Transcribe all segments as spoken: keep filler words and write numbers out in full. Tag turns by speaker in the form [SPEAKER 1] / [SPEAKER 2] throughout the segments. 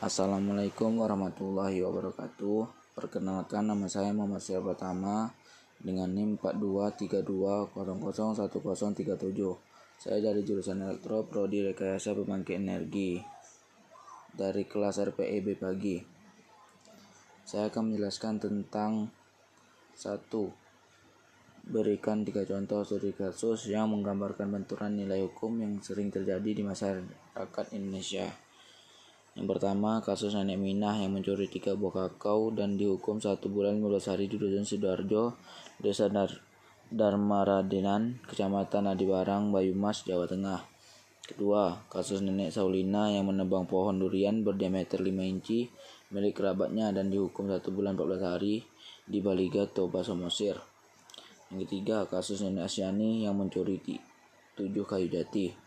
[SPEAKER 1] Assalamualaikum warahmatullahi wabarakatuh. Perkenalkan, nama saya Muhammad Syah Pratama dengan NIM empat dua tiga dua nol nol satu nol tiga tujuh. Saya dari jurusan Elektro Prodi Rekayasa Pembangkit Energi dari kelas R P E B pagi. Saya akan menjelaskan tentang satu. Berikan tiga contoh studi kasus yang menggambarkan benturan nilai hukum yang sering terjadi di masyarakat Indonesia. Yang pertama, kasus nenek Minah yang mencuri tiga buah kakao dan dihukum satu bulan lima belas hari di Dusun Sidoarjo, Desa Dar- Dharmaradenan, Kecamatan Adibarang, Banyumas, Jawa Tengah. Kedua, kasus nenek Saulina yang menebang pohon durian berdiameter lima inci milik kerabatnya dan dihukum satu bulan empat belas hari di Baliga, Toba, Samosir. Yang ketiga, kasus nenek Asyani yang mencuri tujuh kayu jati.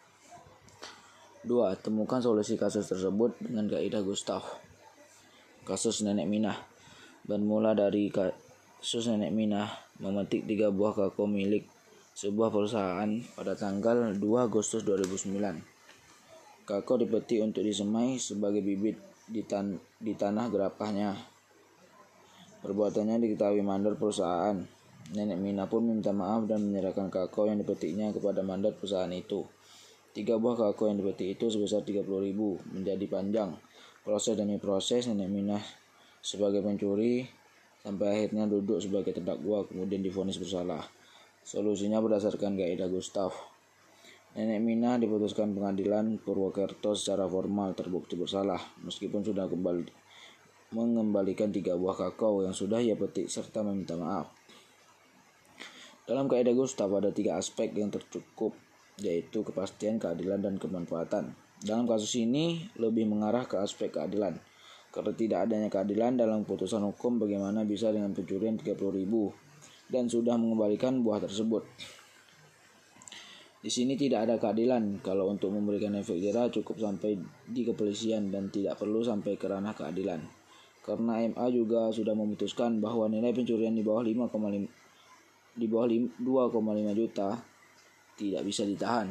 [SPEAKER 1] Dua. Temukan solusi kasus tersebut dengan kaidah Gustav. Kasus nenek Minah bermula dari kasus nenek Minah memetik tiga buah kakao milik sebuah perusahaan pada tanggal dua Agustus dua ribu sembilan. Kakao dipetik untuk disemai sebagai bibit di, tan- di tanah gerapahnya. Perbuatannya diketahui mandor perusahaan. Nenek Minah pun minta maaf dan menyerahkan kakao yang dipetiknya kepada mandor perusahaan itu. Tiga buah kakao yang dipetik itu sebesar tiga puluh ribu menjadi panjang. Proses demi proses nenek Minah sebagai pencuri sampai akhirnya duduk sebagai terdakwa kemudian divonis bersalah. Solusinya berdasarkan kaidah Gustav. Nenek Minah diputuskan pengadilan Purwokerto secara formal terbukti bersalah meskipun sudah kembali mengembalikan tiga buah kakao yang sudah ia petik serta meminta maaf. Dalam kaidah Gustav ada tiga aspek yang tercukup, yaitu kepastian, keadilan, dan kemanfaatan. Dalam kasus ini lebih mengarah ke aspek keadilan. Karena tidak adanya keadilan dalam putusan hukum, bagaimana bisa dengan pencurian tiga puluh ribu dan sudah mengembalikan buah tersebut. Di sini tidak ada keadilan. Kalau untuk memberikan efek jera cukup sampai di kepolisian dan tidak perlu sampai ke ranah keadilan. Karena M A juga sudah memutuskan bahwa nilai pencurian di bawah lima koma lima di bawah dua koma lima juta tidak bisa ditahan.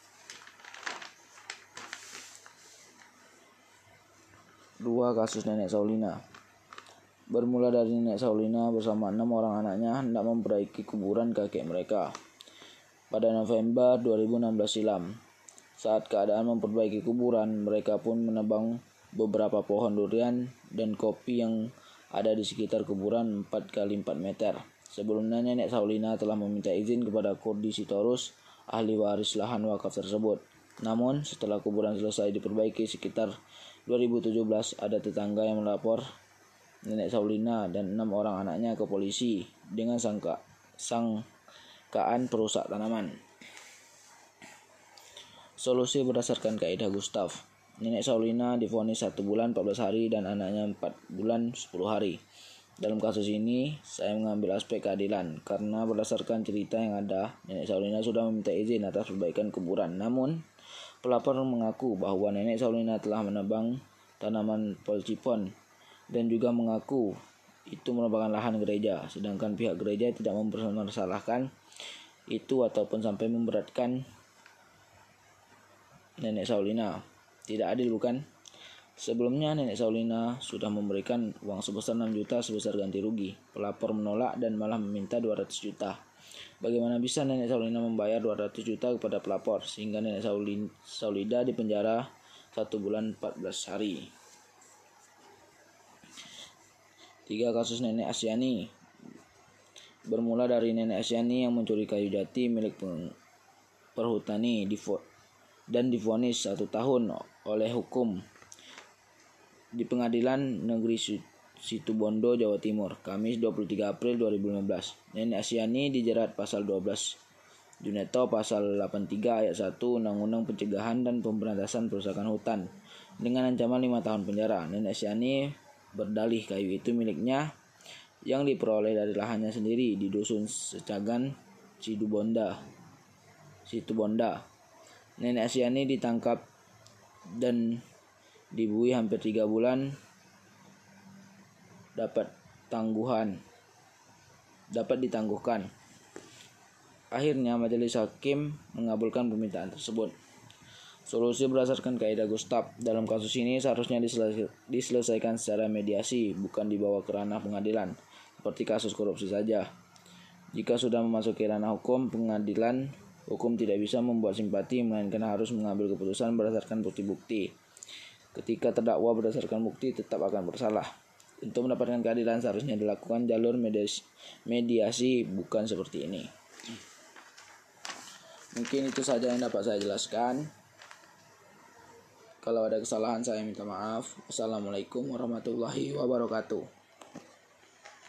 [SPEAKER 1] Dua. Kasus nenek Saulina bermula dari nenek Saulina bersama enam orang anaknya hendak memperbaiki kuburan kakek mereka pada November dua ribu enam belas silam. Saat keadaan memperbaiki kuburan, mereka pun menebang beberapa pohon durian dan kopi yang ada di sekitar kuburan empat kali empat meter. Sebelumnya nenek Saulina telah meminta izin kepada Kurdi Sitorus, ahli waris lahan wakaf tersebut. Namun setelah kuburan selesai diperbaiki sekitar dua ribu tujuh belas, ada tetangga yang melapor nenek Saulina dan enam orang anaknya ke polisi dengan sangka, sangkaan perusak tanaman. Solusi berdasarkan kaidah Gustav. Nenek Saulina divonis satu bulan empat belas hari dan anaknya empat bulan sepuluh hari. Dalam kasus ini, saya mengambil aspek keadilan karena berdasarkan cerita yang ada, nenek Saulina sudah meminta izin atas perbaikan kuburan. Namun, pelapor mengaku bahwa nenek Saulina telah menebang tanaman polcipon dan juga mengaku itu merupakan lahan gereja, sedangkan pihak gereja tidak mempermasalahkan itu ataupun sampai memberatkan nenek Saulina. Tidak adil, bukan? Sebelumnya nenek Saulina sudah memberikan uang sebesar enam juta sebagai ganti rugi. Pelapor menolak dan malah meminta dua ratus juta. Bagaimana bisa nenek Saulina membayar dua ratus juta kepada pelapor sehingga nenek Saulida dipenjara satu bulan empat belas hari. Tiga. Kasus nenek Asyani bermula dari nenek Asyani yang mencuri kayu jati milik perhutani dan divonis satu tahun oleh hukum di Pengadilan Negeri Situbondo, Jawa Timur, Kamis dua puluh tiga April dua ribu lima belas. Nenek Asyani dijerat pasal dua belas Junetto pasal delapan puluh tiga ayat satu Undang-Undang Pencegahan dan Pemberantasan Perusakan Hutan dengan ancaman lima tahun penjara. Nenek Asyani berdalih kayu itu miliknya yang diperoleh dari lahannya sendiri di Dusun Secagan, Situbonda. Situbonda. Nenek Asyani ditangkap dan dibui hampir tiga bulan dapat tangguhan dapat ditangguhkan. Akhirnya majelis hakim mengabulkan permintaan tersebut. Solusi berdasarkan kaidah Gustav. Dalam kasus ini seharusnya diselesaikan secara mediasi, bukan dibawa ke ranah pengadilan, seperti kasus korupsi saja. Jika sudah memasuki ranah hukum, pengadilan hukum tidak bisa membuat simpati, melainkan harus mengambil keputusan berdasarkan bukti-bukti. Ketika terdakwa berdasarkan bukti tetap akan bersalah. Untuk mendapatkan keadilan seharusnya dilakukan jalur mediasi, mediasi bukan seperti ini. Mungkin itu saja yang dapat saya jelaskan. Kalau ada kesalahan saya minta maaf. Wassalamualaikum warahmatullahi wabarakatuh.